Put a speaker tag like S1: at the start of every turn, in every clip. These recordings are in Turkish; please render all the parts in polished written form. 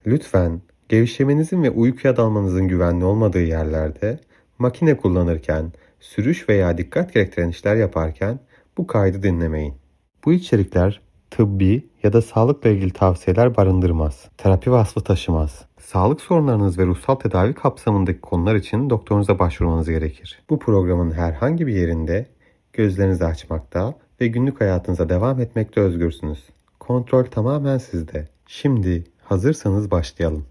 S1: Lütfen gevşemenizin ve uykuya dalmanızın güvenli olmadığı yerlerde, makine kullanırken, sürüş veya dikkat gerektiren işler yaparken bu kaydı dinlemeyin. Bu içerikler tıbbi ya da sağlıkla ilgili tavsiyeler barındırmaz. Terapi vasfı taşımaz. Sağlık sorunlarınız ve ruhsal tedavi kapsamındaki konular için doktorunuza başvurmanız gerekir. Bu programın herhangi bir yerinde gözlerinizi açmakta ve günlük hayatınıza devam etmekte özgürsünüz. Kontrol tamamen sizde. Şimdi hazırsanız başlayalım.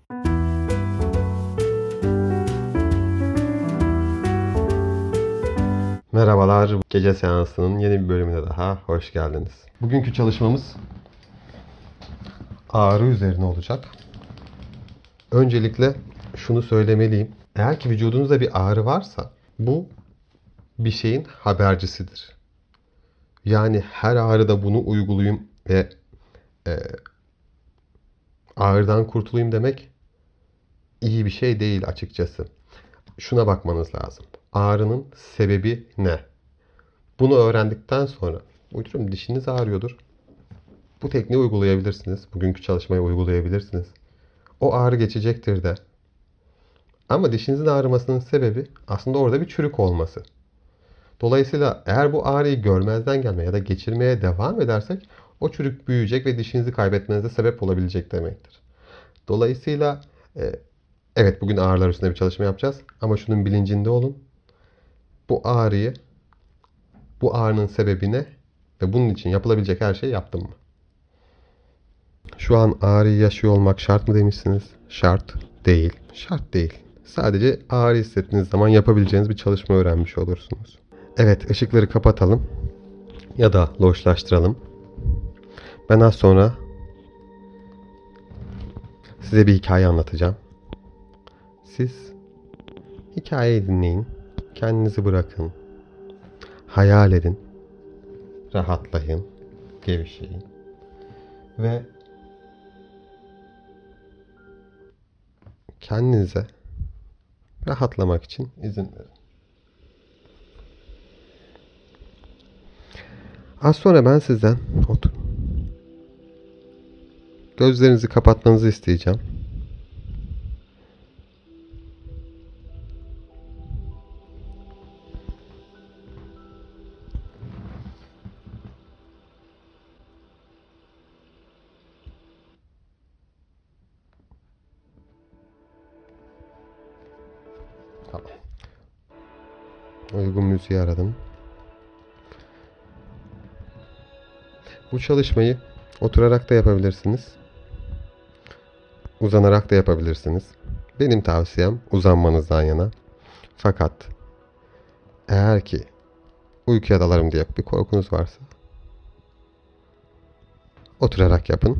S1: Merhabalar, gece seansının yeni bir bölümüne daha hoş geldiniz. Bugünkü çalışmamız ağrı üzerine olacak. Öncelikle şunu söylemeliyim. Eğer ki vücudunuzda bir ağrı varsa bu bir şeyin habercisidir. Yani her ağrıda bunu uygulayayım ve ağrıdan kurtulayım demek iyi bir şey değil açıkçası. Şuna bakmanız lazım. Ağrının sebebi ne? Bunu öğrendikten sonra, hocam dişiniz ağrıyordur. Bu tekniği uygulayabilirsiniz. Bugünkü çalışmayı uygulayabilirsiniz. O ağrı geçecektir de. Ama dişinizin ağrımasının sebebi aslında orada bir çürük olması. Dolayısıyla eğer bu ağrıyı görmezden gelmeye ya da geçirmeye devam edersek o çürük büyüyecek ve dişinizi kaybetmenize sebep olabilecek demektir. Dolayısıyla evet, bugün ağrılar üstünde bir çalışma yapacağız. Ama şunun bilincinde olun. Bu ağrının sebebi ne ve bunun için yapılabilecek her şeyi yaptım mı? Şu an ağrıyı yaşıyor olmak şart mı demişsiniz? Şart değil. Şart değil. Sadece ağrı hissettiğiniz zaman yapabileceğiniz bir çalışma öğrenmiş olursunuz. Evet, ışıkları kapatalım ya da loşlaştıralım. Ben az sonra size bir hikaye anlatacağım. Siz hikayeyi dinleyin, kendinizi bırakın, hayal edin, rahatlayın, gevşeyin ve kendinize rahatlamak için izin verin. Az sonra ben sizden gözlerinizi kapatmanızı isteyeceğim. Tamam. Uygun müziği aradım. Bu çalışmayı oturarak da yapabilirsiniz. Uzanarak da yapabilirsiniz. Benim tavsiyem uzanmanızdan yana. Fakat eğer ki uykuya dalarım diye bir korkunuz varsa oturarak yapın.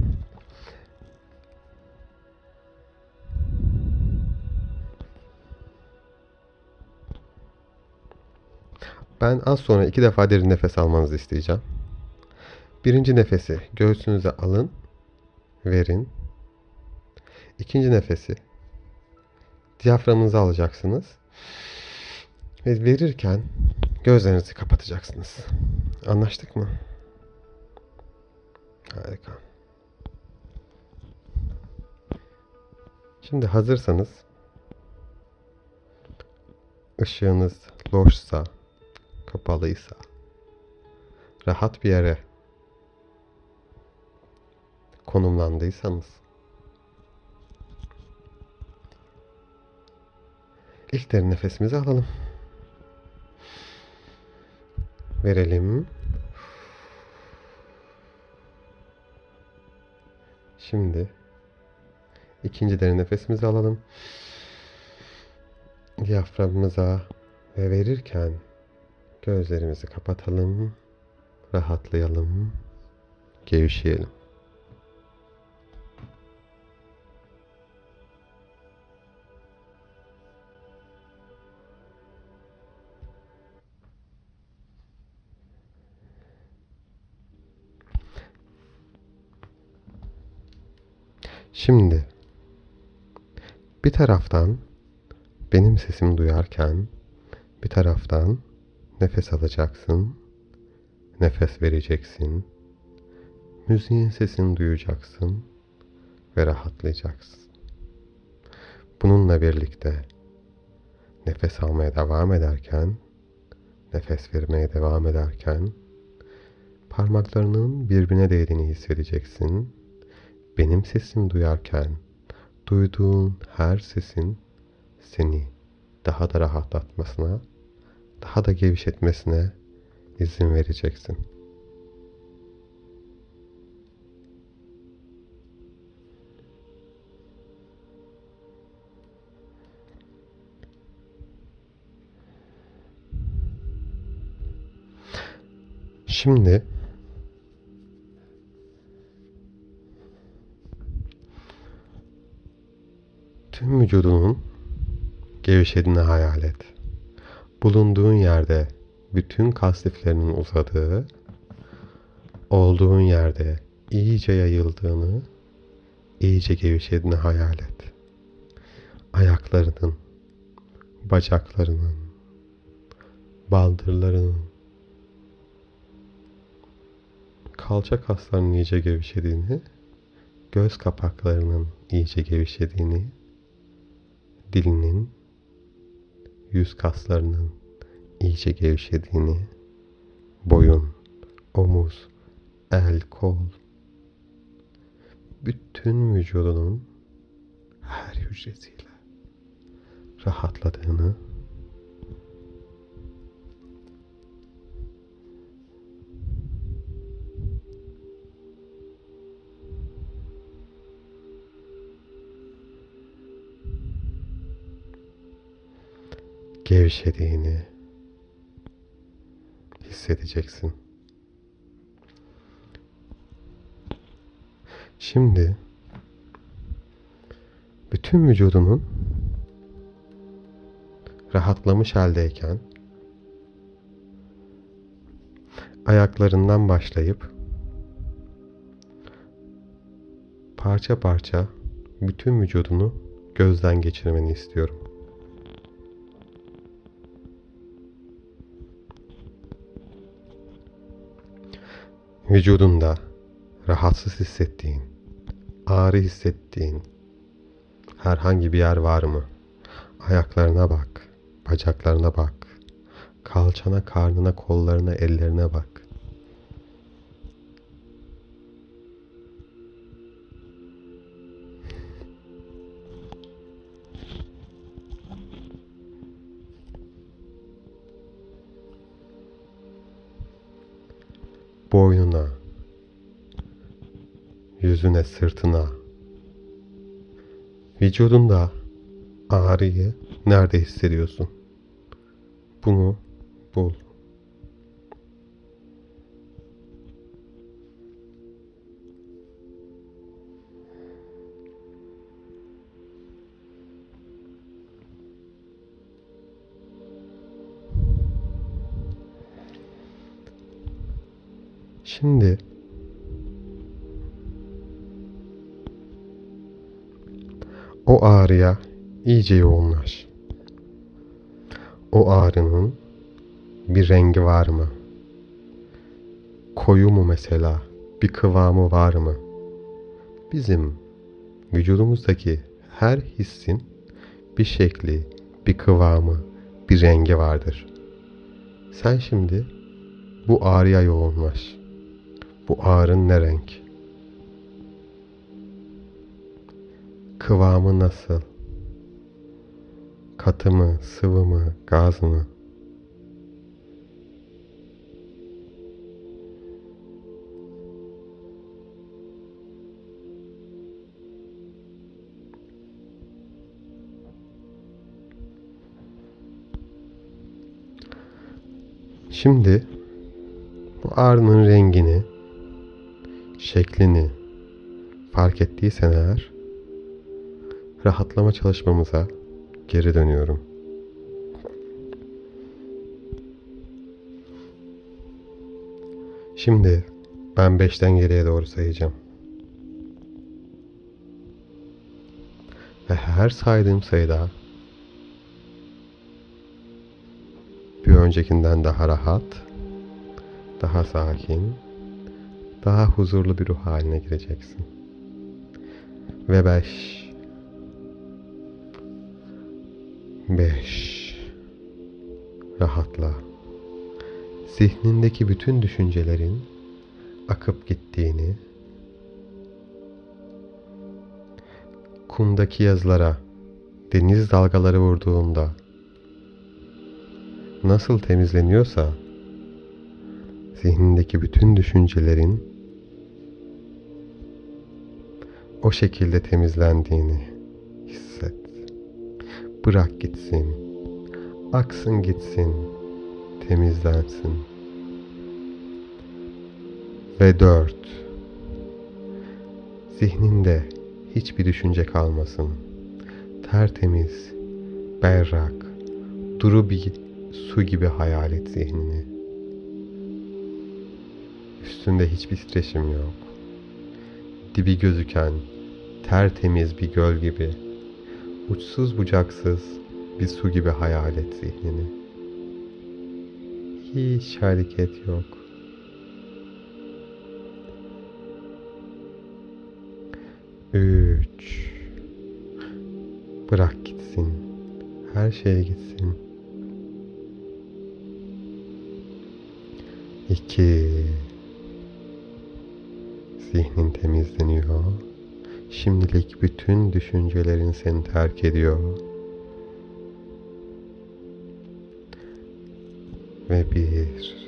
S1: Ben az sonra 2 defa derin nefes almanızı isteyeceğim. Birinci nefesi göğsünüze alın, verin. İkinci nefesi diyaframınıza alacaksınız. Ve verirken gözlerinizi kapatacaksınız. Anlaştık mı? Harika. Şimdi hazırsanız, ışığınız loşsa, kapalıysa, rahat bir yere konumlandıysanız, ilk derin nefesimizi alalım. Verelim. Şimdi ikinci derin nefesimizi alalım. Diyaframımıza ve verirken gözlerimizi kapatalım. Rahatlayalım. Gevşeyelim. Şimdi bir taraftan benim sesimi duyarken bir taraftan nefes alacaksın, nefes vereceksin, müziğin sesini duyacaksın ve rahatlayacaksın. Bununla birlikte nefes almaya devam ederken, nefes vermeye devam ederken parmaklarının birbirine değdiğini hissedeceksin. Benim sesimi duyarken duyduğun her sesin seni daha da rahatlatmasına, daha da gevşetmesine izin vereceksin. Şimdi tüm vücudunun gevşediğini hayal et. Bulunduğun yerde bütün kas liflerinin uzadığı, olduğun yerde iyice yayıldığını, iyice gevşediğini hayal et. Ayaklarının, bacaklarının, baldırlarının, kalça kaslarının iyice gevşediğini, göz kapaklarının iyice gevşediğini, dilinin, yüz kaslarının iyice gevşediğini, boyun, omuz, el, kol, bütün vücudunun her hücresiyle rahatladığını, gevşediğini hissedeceksin. Şimdi bütün vücudunun rahatlamış haldeyken ayaklarından başlayıp parça parça bütün vücudunu gözden geçirmeni istiyorum. Vücudunda rahatsız hissettiğin, ağrı hissettiğin herhangi bir yer var mı? Ayaklarına bak, bacaklarına bak, kalçana, karnına, kollarına, ellerine bak. Boynuna, yüzüne, sırtına, vücudunda ağrıyı nerede hissediyorsun? Bunu bul. Şimdi o ağrıya iyice yoğunlaş. O ağrının bir rengi var mı? Koyu mu mesela? Bir kıvamı var mı? Bizim vücudumuzdaki her hissin bir şekli, bir kıvamı, bir rengi vardır. Sen şimdi bu ağrıya yoğunlaş. Bu ağrın ne renk? Kıvamı nasıl? Katı mı, sıvı mı, gaz mı? Şimdi bu ağrının rengini, şeklini fark ettiysen eğer rahatlama çalışmamıza geri dönüyorum. Şimdi ben 5'ten geriye doğru sayacağım. Ve her saydığım sayıda bir öncekinden daha rahat, daha sakin, daha huzurlu bir ruh haline gireceksin. Ve 5, 5. Rahatla. Zihnindeki bütün düşüncelerin akıp gittiğini, kumdaki yazılara deniz dalgaları vurduğunda nasıl temizleniyorsa zihnindeki bütün düşüncelerin o şekilde temizlendiğini hisset. Bırak gitsin, aksın gitsin, temizlensin. Ve 4. Zihninde hiçbir düşünce kalmasın. Tertemiz, berrak, duru bir su gibi hayal et zihnini. Üstünde hiçbir titreşim yok. Dibi gözüken tertemiz bir göl gibi, uçsuz bucaksız bir su gibi hayal et zihnini. Hiç hareket yok. 3. Bırak gitsin. Her şey gitsin. 2. Zihnin temizleniyor. Şimdilik bütün düşüncelerin seni terk ediyor. Ve 1.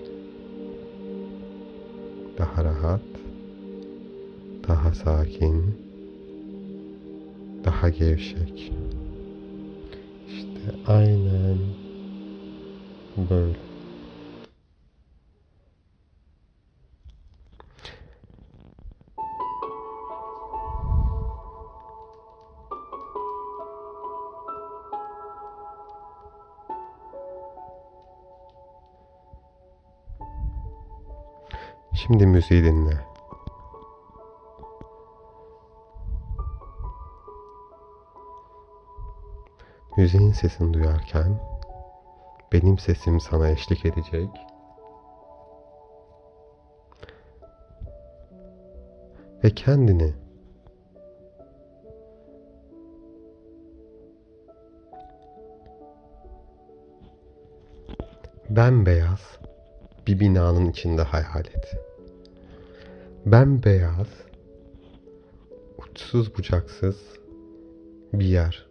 S1: Daha rahat, daha sakin, daha gevşek. İşte aynen böyle. Şimdi müziği dinle. Müziğin sesini duyarken benim sesim sana eşlik edecek. Ve kendini bembeyaz bir binanın içinde hayal et. Bembeyaz, uçsuz bucaksız bir yer.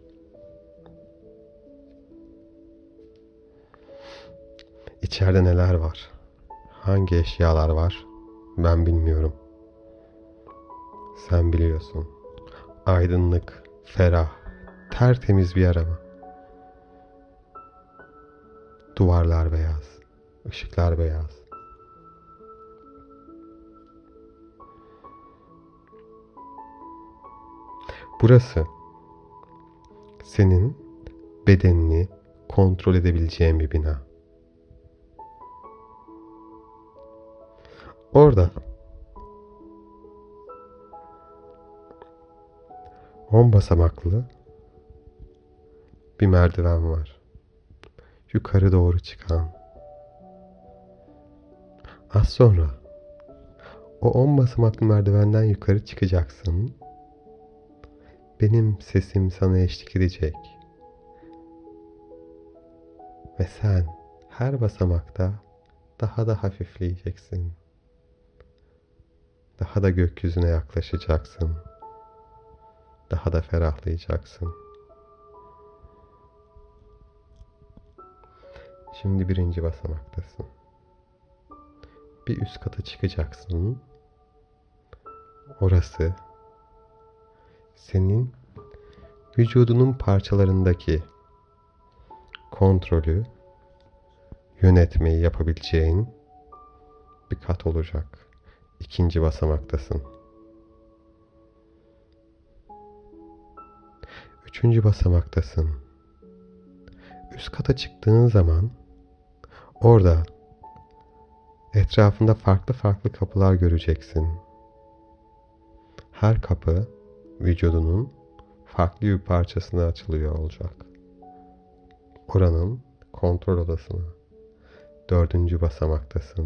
S1: İçeride neler var? Hangi eşyalar var? Ben bilmiyorum. Sen biliyorsun. Aydınlık, ferah, tertemiz bir yer ama. Duvarlar beyaz, ışıklar beyaz. Burası senin bedenini kontrol edebileceğin bir bina. Orada 10 basamaklı bir merdiven var. Yukarı doğru çıkan. Az sonra o 10 basamaklı merdivenden yukarı çıkacaksın. Benim sesim sana eşlik edecek. Ve sen her basamakta daha da hafifleyeceksin. Daha da gökyüzüne yaklaşacaksın. Daha da ferahlayacaksın. Şimdi 1. basamaktasın. Bir üst kata çıkacaksın. Orası senin vücudunun parçalarındaki kontrolü, yönetmeyi yapabileceğin bir kat olacak. 2. basamaktasın. 3. basamaktasın. Üst kata çıktığın zaman orada etrafında farklı farklı kapılar göreceksin. Her kapı vücudunun farklı bir parçasına açılıyor olacak. Oranın kontrol odasına. 4. basamaktasın.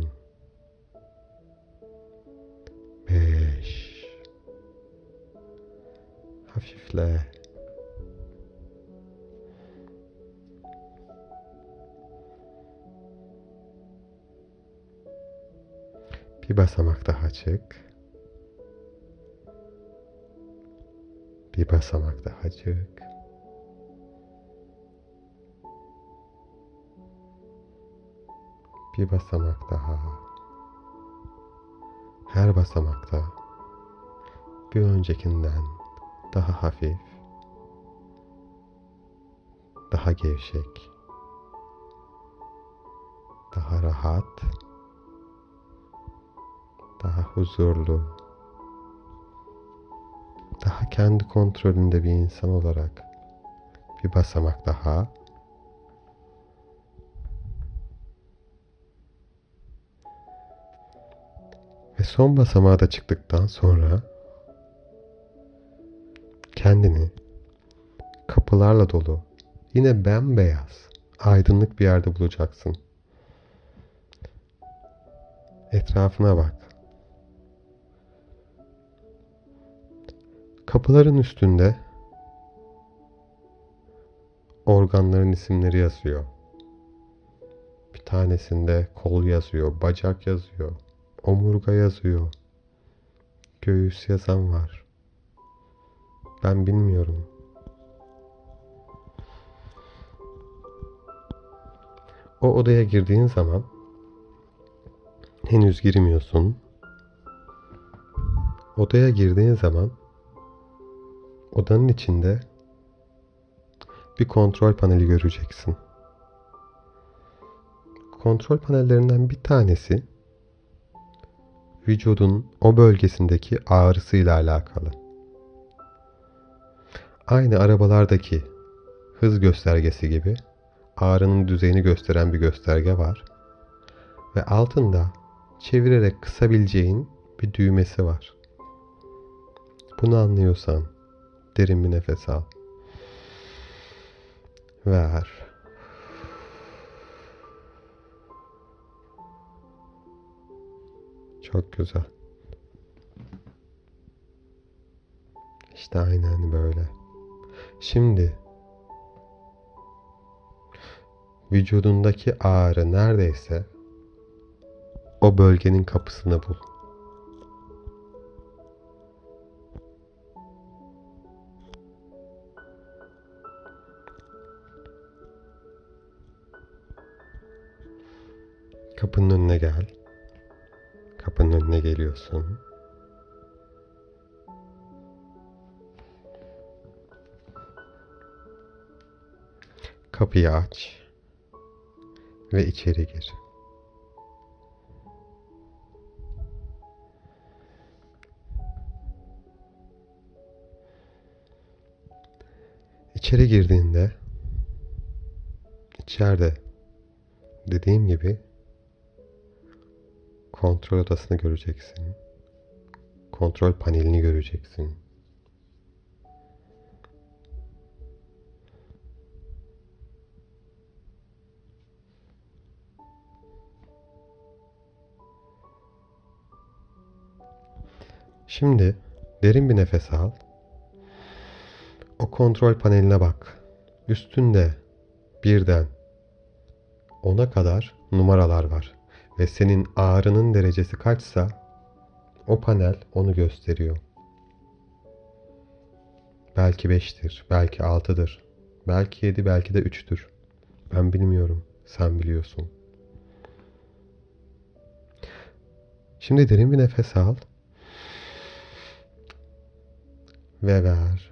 S1: 5. Hafifle. Bir basamak daha çık. Bir basamak daha çık. Bir basamak daha. Her basamakta bir öncekinden daha hafif, daha gevşek, daha rahat, daha huzurlu, daha kendi kontrolünde bir insan olarak bir basamak daha. Ve son basamağa da çıktıktan sonra kendini kapılarla dolu, yine bembeyaz, aydınlık bir yerde bulacaksın. Etrafına bak. Kapıların üstünde organların isimleri yazıyor. Bir tanesinde kol yazıyor, bacak yazıyor, omurga yazıyor, göğüs yazan var. Ben bilmiyorum. O odaya girdiğin zaman henüz girmiyorsun. Odaya girdiğin zaman odanın içinde bir kontrol paneli göreceksin. Kontrol panellerinden bir tanesi vücudun o bölgesindeki ağrısıyla alakalı. Aynı arabalardaki hız göstergesi gibi ağrının düzeyini gösteren bir gösterge var. Ve altında çevirerek kısabileceğin bir düğmesi var. Bunu anlıyorsan derin bir nefes al. Ver. Çok güzel. İşte aynen böyle. Şimdi vücudundaki ağrı neredeyse o bölgenin kapısını bul. Kapının önüne gel. Kapının önüne geliyorsun. Kapıyı aç ve içeri gir. İçeri girdiğinde içeride dediğim gibi kontrol odasını göreceksin. Kontrol panelini göreceksin. Şimdi derin bir nefes al. O kontrol paneline bak. Üstünde birden 10'a kadar numaralar var. Ve senin ağrının derecesi kaçsa o panel onu gösteriyor. Belki 5'tir, belki 6'dır, belki 7, belki de 3'tür. Ben bilmiyorum, sen biliyorsun. Şimdi derin bir nefes al ve ver.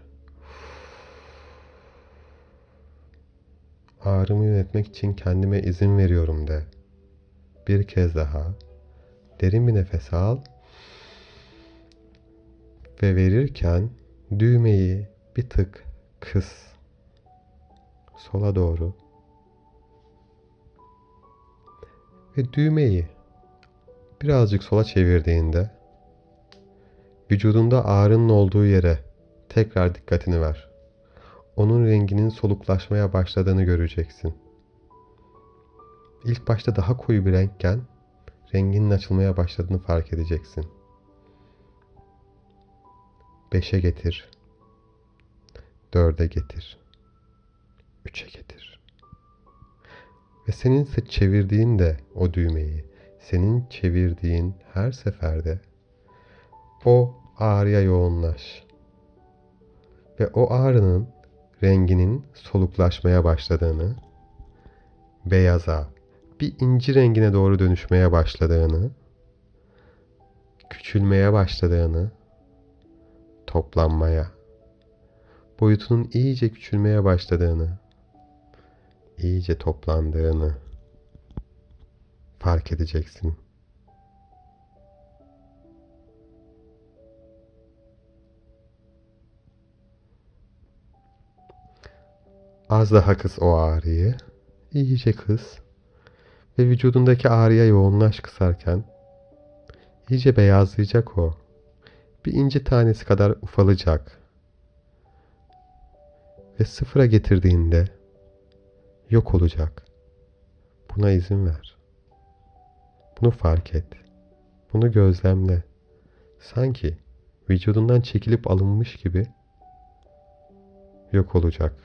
S1: Ağrımı yönetmek için kendime izin veriyorum de. Bir kez daha derin bir nefes al ve verirken düğmeyi bir tık kıs. Sola doğru. Ve düğmeyi birazcık sola çevirdiğinde vücudunda ağrının olduğu yere tekrar dikkatini ver. Onun renginin soluklaşmaya başladığını göreceksin. İlk başta daha koyu bir renkken renginin açılmaya başladığını fark edeceksin. 5'e getir. 4'e getir. 3'e getir. Ve senin çevirdiğinde o düğmeyi, senin çevirdiğin her seferde o ağrıya yoğunlaş. Ve o ağrının renginin soluklaşmaya başladığını, beyaza, bir inci rengine doğru dönüşmeye başladığını, küçülmeye başladığını, toplanmaya, boyutunun iyice küçülmeye başladığını, iyice toplandığını fark edeceksin. Az daha kıs o ağrıyı, iyice kıs ve vücudundaki ağrıya yoğunlaş kısarken iyice beyazlayacak o. Bir inci tanesi kadar ufalacak. Ve sıfıra getirdiğinde yok olacak. Buna izin ver. Bunu fark et. Bunu gözlemle. Sanki vücudundan çekilip alınmış gibi yok olacak.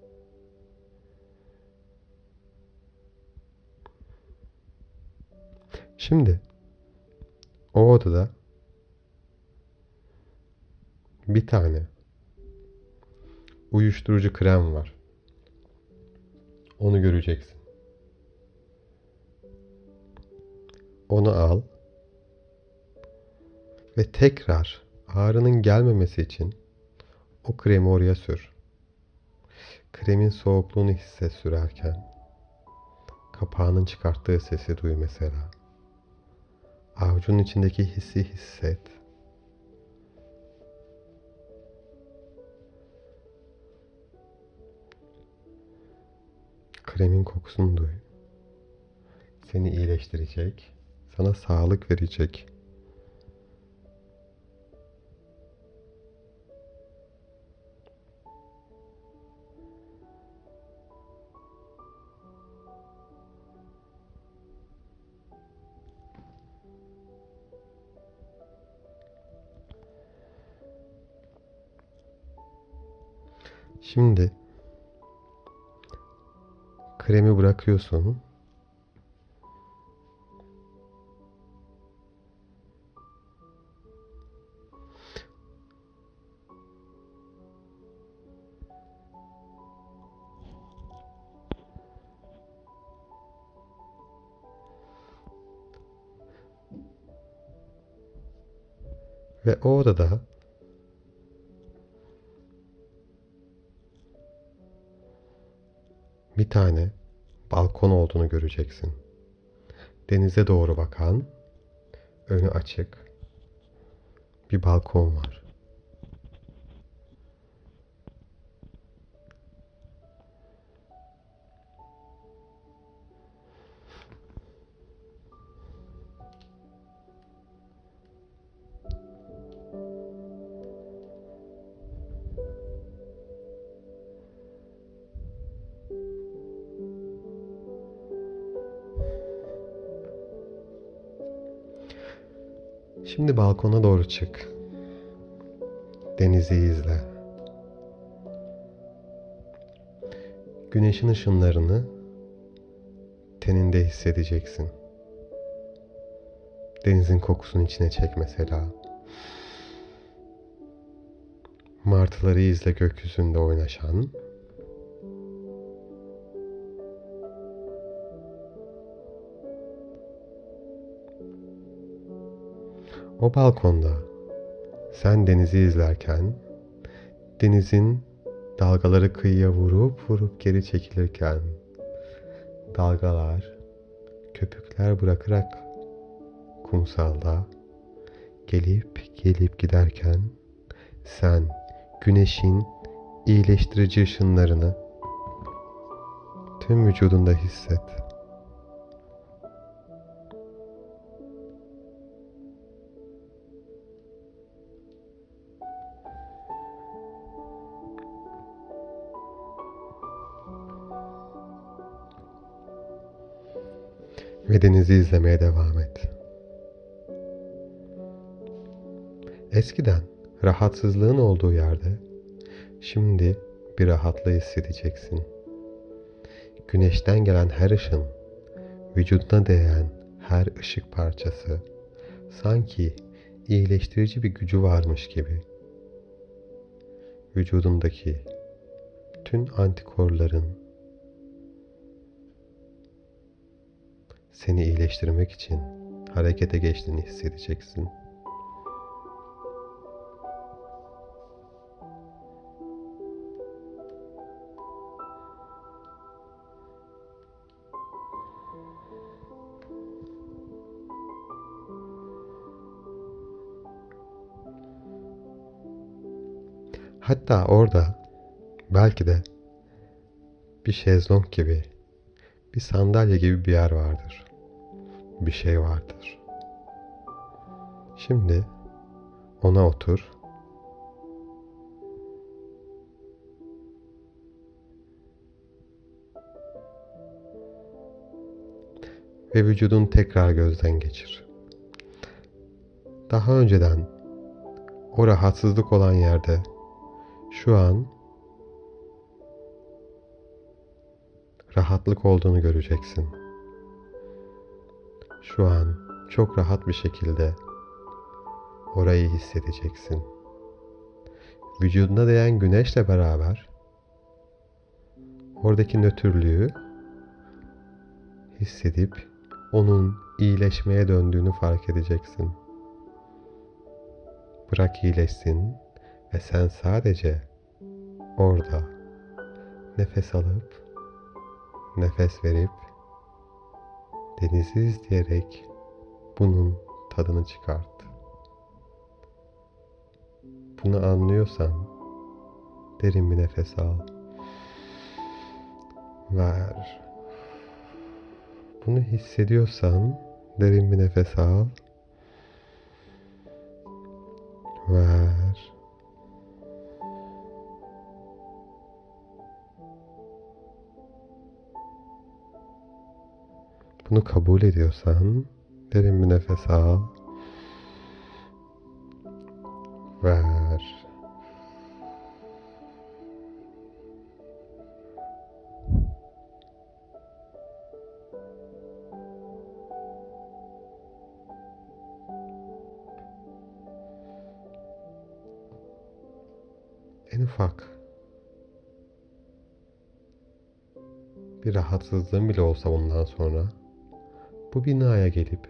S1: Şimdi o odada bir tane uyuşturucu krem var. Onu göreceksin. Onu al ve tekrar ağrının gelmemesi için o kremi oraya sür. Kremin soğukluğunu hisset sürerken. Kapağının çıkarttığı sesi duy mesela. Avucunun içindeki hissi hisset. Kremin kokusunu duy. Seni iyileştirecek, sana sağlık verecek. Şimdi kremi bırakıyorsun. Ve o odada bir tane balkon olduğunu göreceksin. Denize doğru bakan, önü açık bir balkon var. Şimdi balkona doğru çık. Denizi izle. Güneşin ışınlarını teninde hissedeceksin. Denizin kokusunu içine çek mesela. Martıları izle gökyüzünde oynaşan. O balkonda sen denizi izlerken denizin dalgaları kıyıya vurup vurup geri çekilirken dalgalar köpükler bırakarak kumsalda gelip gelip giderken sen güneşin iyileştirici ışınlarını tüm vücudunda hisset. Ve denizi izlemeye devam et. Eskiden rahatsızlığın olduğu yerde şimdi bir rahatlığı hissedeceksin. Güneşten gelen her ışın, vücuduna değen her ışık parçası sanki iyileştirici bir gücü varmış gibi vücudundaki tüm antikorların seni iyileştirmek için harekete geçtiğini hissedeceksin. Hatta orada belki de bir şezlong gibi, bir sandalye gibi bir yer vardır. Bir şey vardır. Şimdi ona otur. Ve vücudunu tekrar gözden geçir. Daha önceden o rahatsızlık olan yerde şu an rahatlık olduğunu göreceksin. Şu an çok rahat bir şekilde orayı hissedeceksin. Vücuduna değen güneşle beraber oradaki nötrlüğü hissedip onun iyileşmeye döndüğünü fark edeceksin. Bırak iyileşsin ve sen sadece orada nefes alıp nefes verip denizi izleyerek bunun tadını çıkart. Bunu anlıyorsan derin bir nefes al. Ver. Bunu hissediyorsan derin bir nefes al. Ver. Bunu kabul ediyorsan derin bir nefes al. Ver. En ufak bir rahatsızlığın bile olsa bundan sonra bu binaya gelip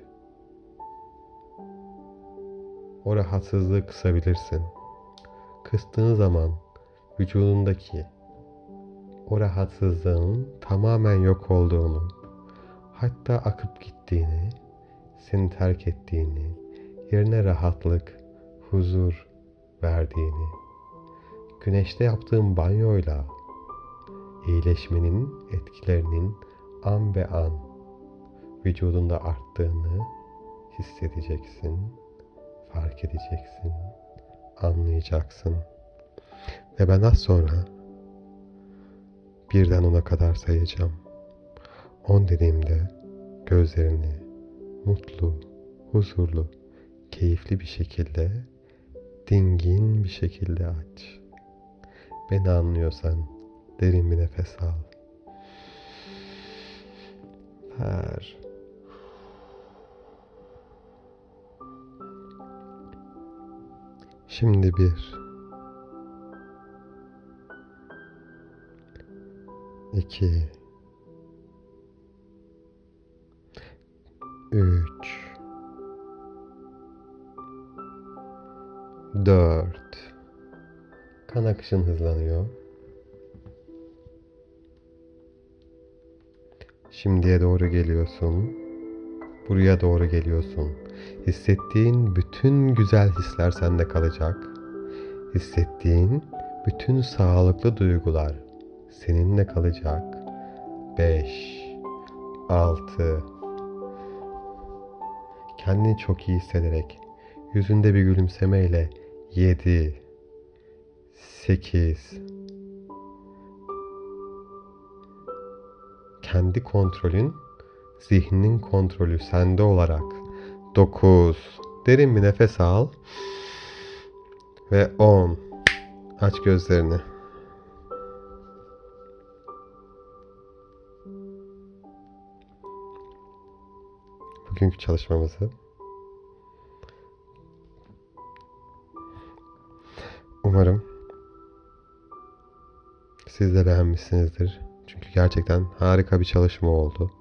S1: o rahatsızlığı kısabilirsin. Kıstığın zaman vücudundaki o rahatsızlığın tamamen yok olduğunu, hatta akıp gittiğini, seni terk ettiğini, yerine rahatlık, huzur verdiğini, güneşte yaptığın banyoyla iyileşmenin etkilerinin an be an vücudunda arttığını hissedeceksin, fark edeceksin, anlayacaksın. Ve ben az sonra birden 10'a kadar sayacağım. 10 dediğimde gözlerini mutlu, huzurlu, keyifli bir şekilde, dingin bir şekilde aç. Beni anlıyorsan derin bir nefes al. Ver. Şimdi 1, 2, 3, 4. Kan akışın hızlanıyor. Şimdiye doğru geliyorsun. Buraya doğru geliyorsun. Hissettiğin bütün güzel hisler sende kalacak. Hissettiğin bütün sağlıklı duygular seninle kalacak. 5, 6. Kendini çok iyi hissederek yüzünde bir gülümsemeyle 7, 8. Kendi kontrolün, zihninin kontrolü sende olarak 9. Derin bir nefes al. Ve 10. Aç gözlerini. bugünkü çalışmamızı. Umarım siz de beğenmişsinizdir. Çünkü gerçekten harika bir çalışma oldu.